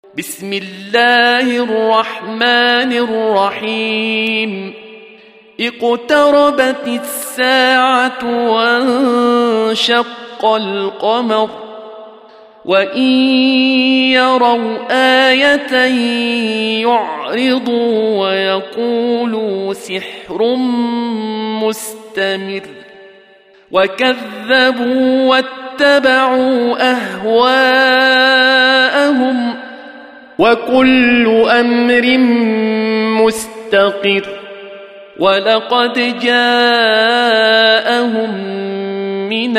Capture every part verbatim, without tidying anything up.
بسم الله الرحمن الرحيم اقتربت الساعة وانشق القمر وإن يروا آية يعرضوا ويقولوا سحر مستمر وكذبوا واتبعوا أهواءهم وكل أمر مستقر ولقد جاءهم من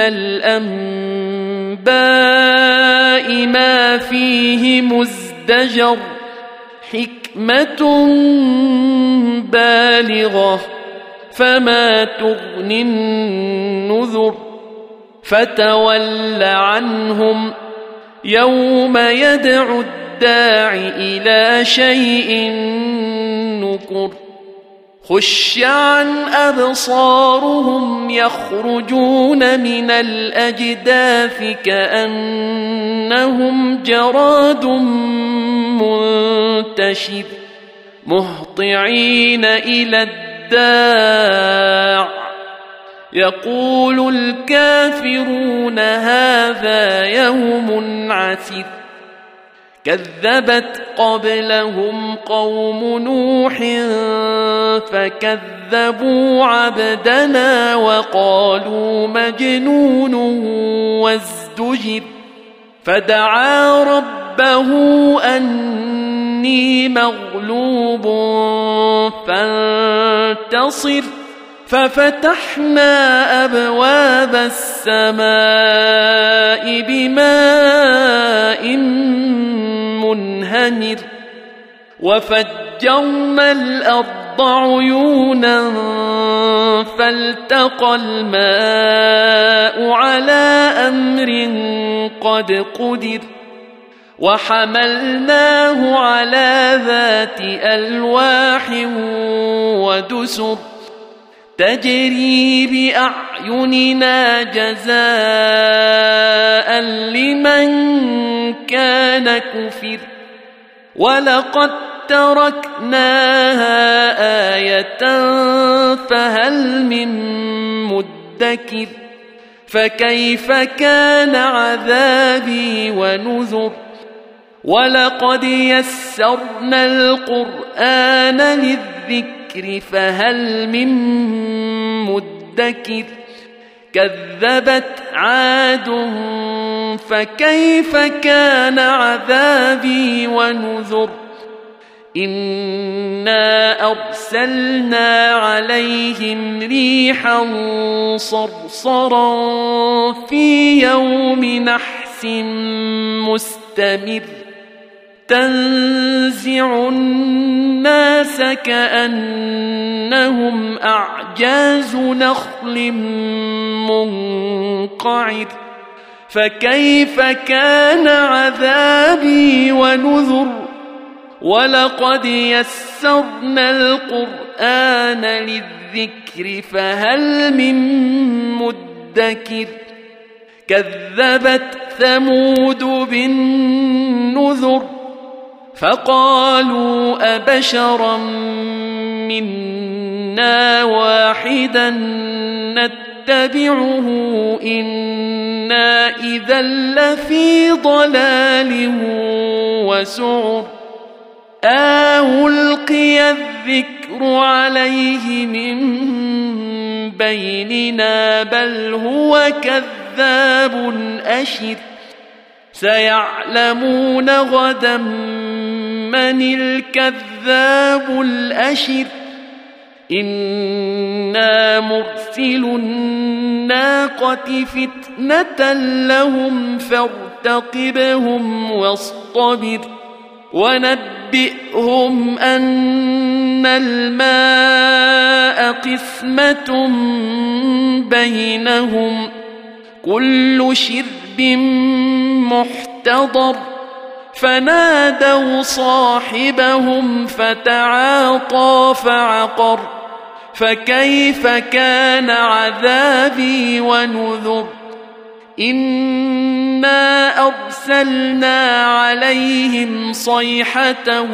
الأنباء ما فيه مزدجر حكمة بالغة فما تغني النذر فتول عنهم يوم يدعو الداع إلى شيء نكر خش عن أبصارهم يخرجون من الأجداث كأنهم جراد منتشر مهطعين إلى الداع يقول الكافرون هذا يوم عسر كذبت قبلهم قوم نوح فكذبوا عبدنا وقالوا مجنون وازدجر فدعا ربه أني مغلوب فانتصر ففتحنا أبواب السماء بماء منهمر وفجرنا الأرض عيونا فالتقى الماء على أمر قد قدر وحملناه على ذات ألواح ودسر تجري بأعيننا جزاء لمن كان كفر ولقد تركناها آية فهل من مدكر فكيف كان عذابي ونذر ولقد يسرنا القرآن للذكر فهل من مدكر كذبت عاد فكيف كان عذابي ونذر إنا أرسلنا عليهم ريحا صرصرا في يوم نحس مستمر تنزع الناس كأنهم أعجاز نخل منقعر فكيف كان عذابي ونذر ولقد يسرنا القرآن للذكر فهل من مدكر كذبت ثمود بالنذر فقالوا أبشرا منا واحدا نتبعه إنا إذا لفي ضلال وسعر آه ألقي الذكر عليه من بيننا بل هو كذاب أشر سيعلمون غدا من الكذاب الأشر إنا مرسل الناقة فتنة لهم فارتقبهم واصطبر ونبئهم أن الماء قسمة بينهم كل شرب محتضر فنادوا صاحبهم فتعاطى فعقر فكيف كان عذابي ونذر إنا أرسلنا عليهم صيحة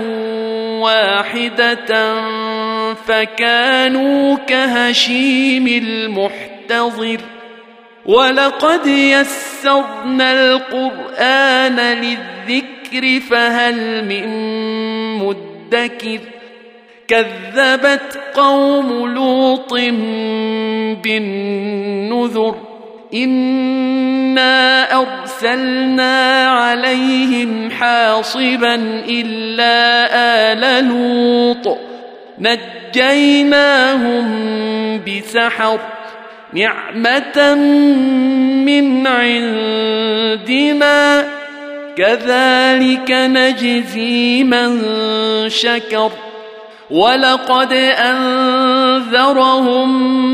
واحدة فكانوا كهشيم المحتضر ولقد يسرنا القرآن للذكر فهل من مدكر كذبت قوم لوط بالنذر إنا أرسلنا عليهم حاصبا إلا آل لوط نجيناهم بسحر نعمة من عندنا كذلك نجزي من شكر ولقد أنذرهم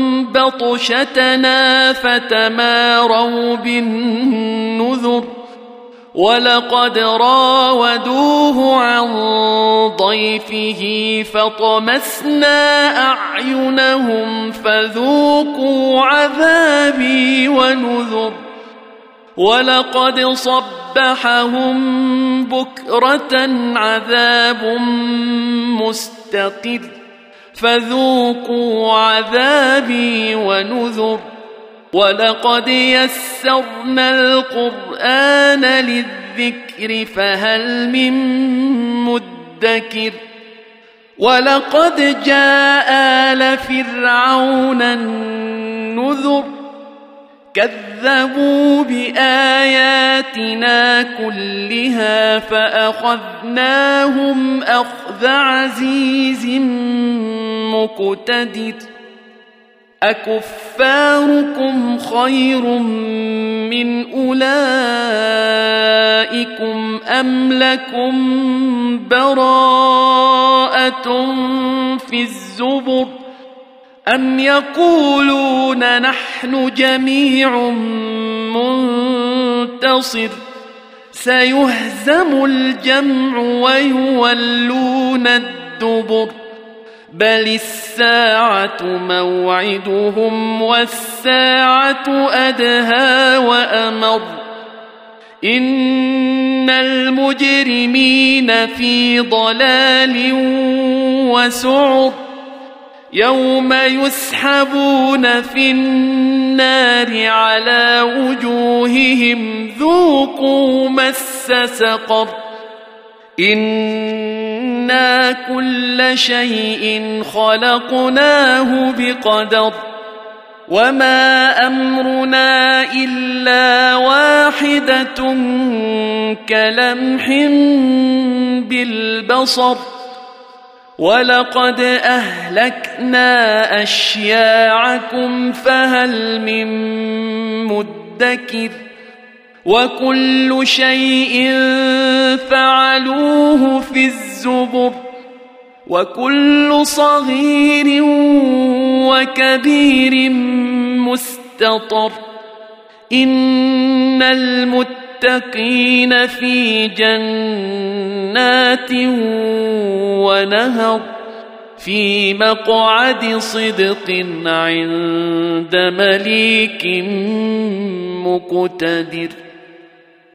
بطشتنا فتماروا بالنذر ولقد راودوه عن ضيفه فطمسنا أعينهم فذوقوا عذابي ونذر ولقد صبحهم بكرة عذاب مستقر فذوقوا عذابي ونذر ولقد يسرنا القرآن للذكر فهل من مدكر ولقد جاء آل فرعون النذر كذبوا بآياتنا كلها فأخذناهم أخذ عزيز مقتدر أكفاركم خير من أولئكم أم لكم براءة في الزبر أم يقولون نحن جميع منتصر سيهزم الجمع ويولون الدبر بل الساعة موعدهم والساعة أدهى وأمر إن المجرمين في ضلال وسعر يوم يسحبون في النار على وجوههم ذوقوا مس سقر إنا كل شيء خلقناه بقدر وما أمرنا إلا واحدة كلمح بالبصر ولقد أهلكنا أشياعكم فهل من مدكر وكل شيء فعلوه في الزبر وكل صغير وكبير مستطر إن المتقين في جنات ونهر في مقعد صدق عند مليك مقتدر.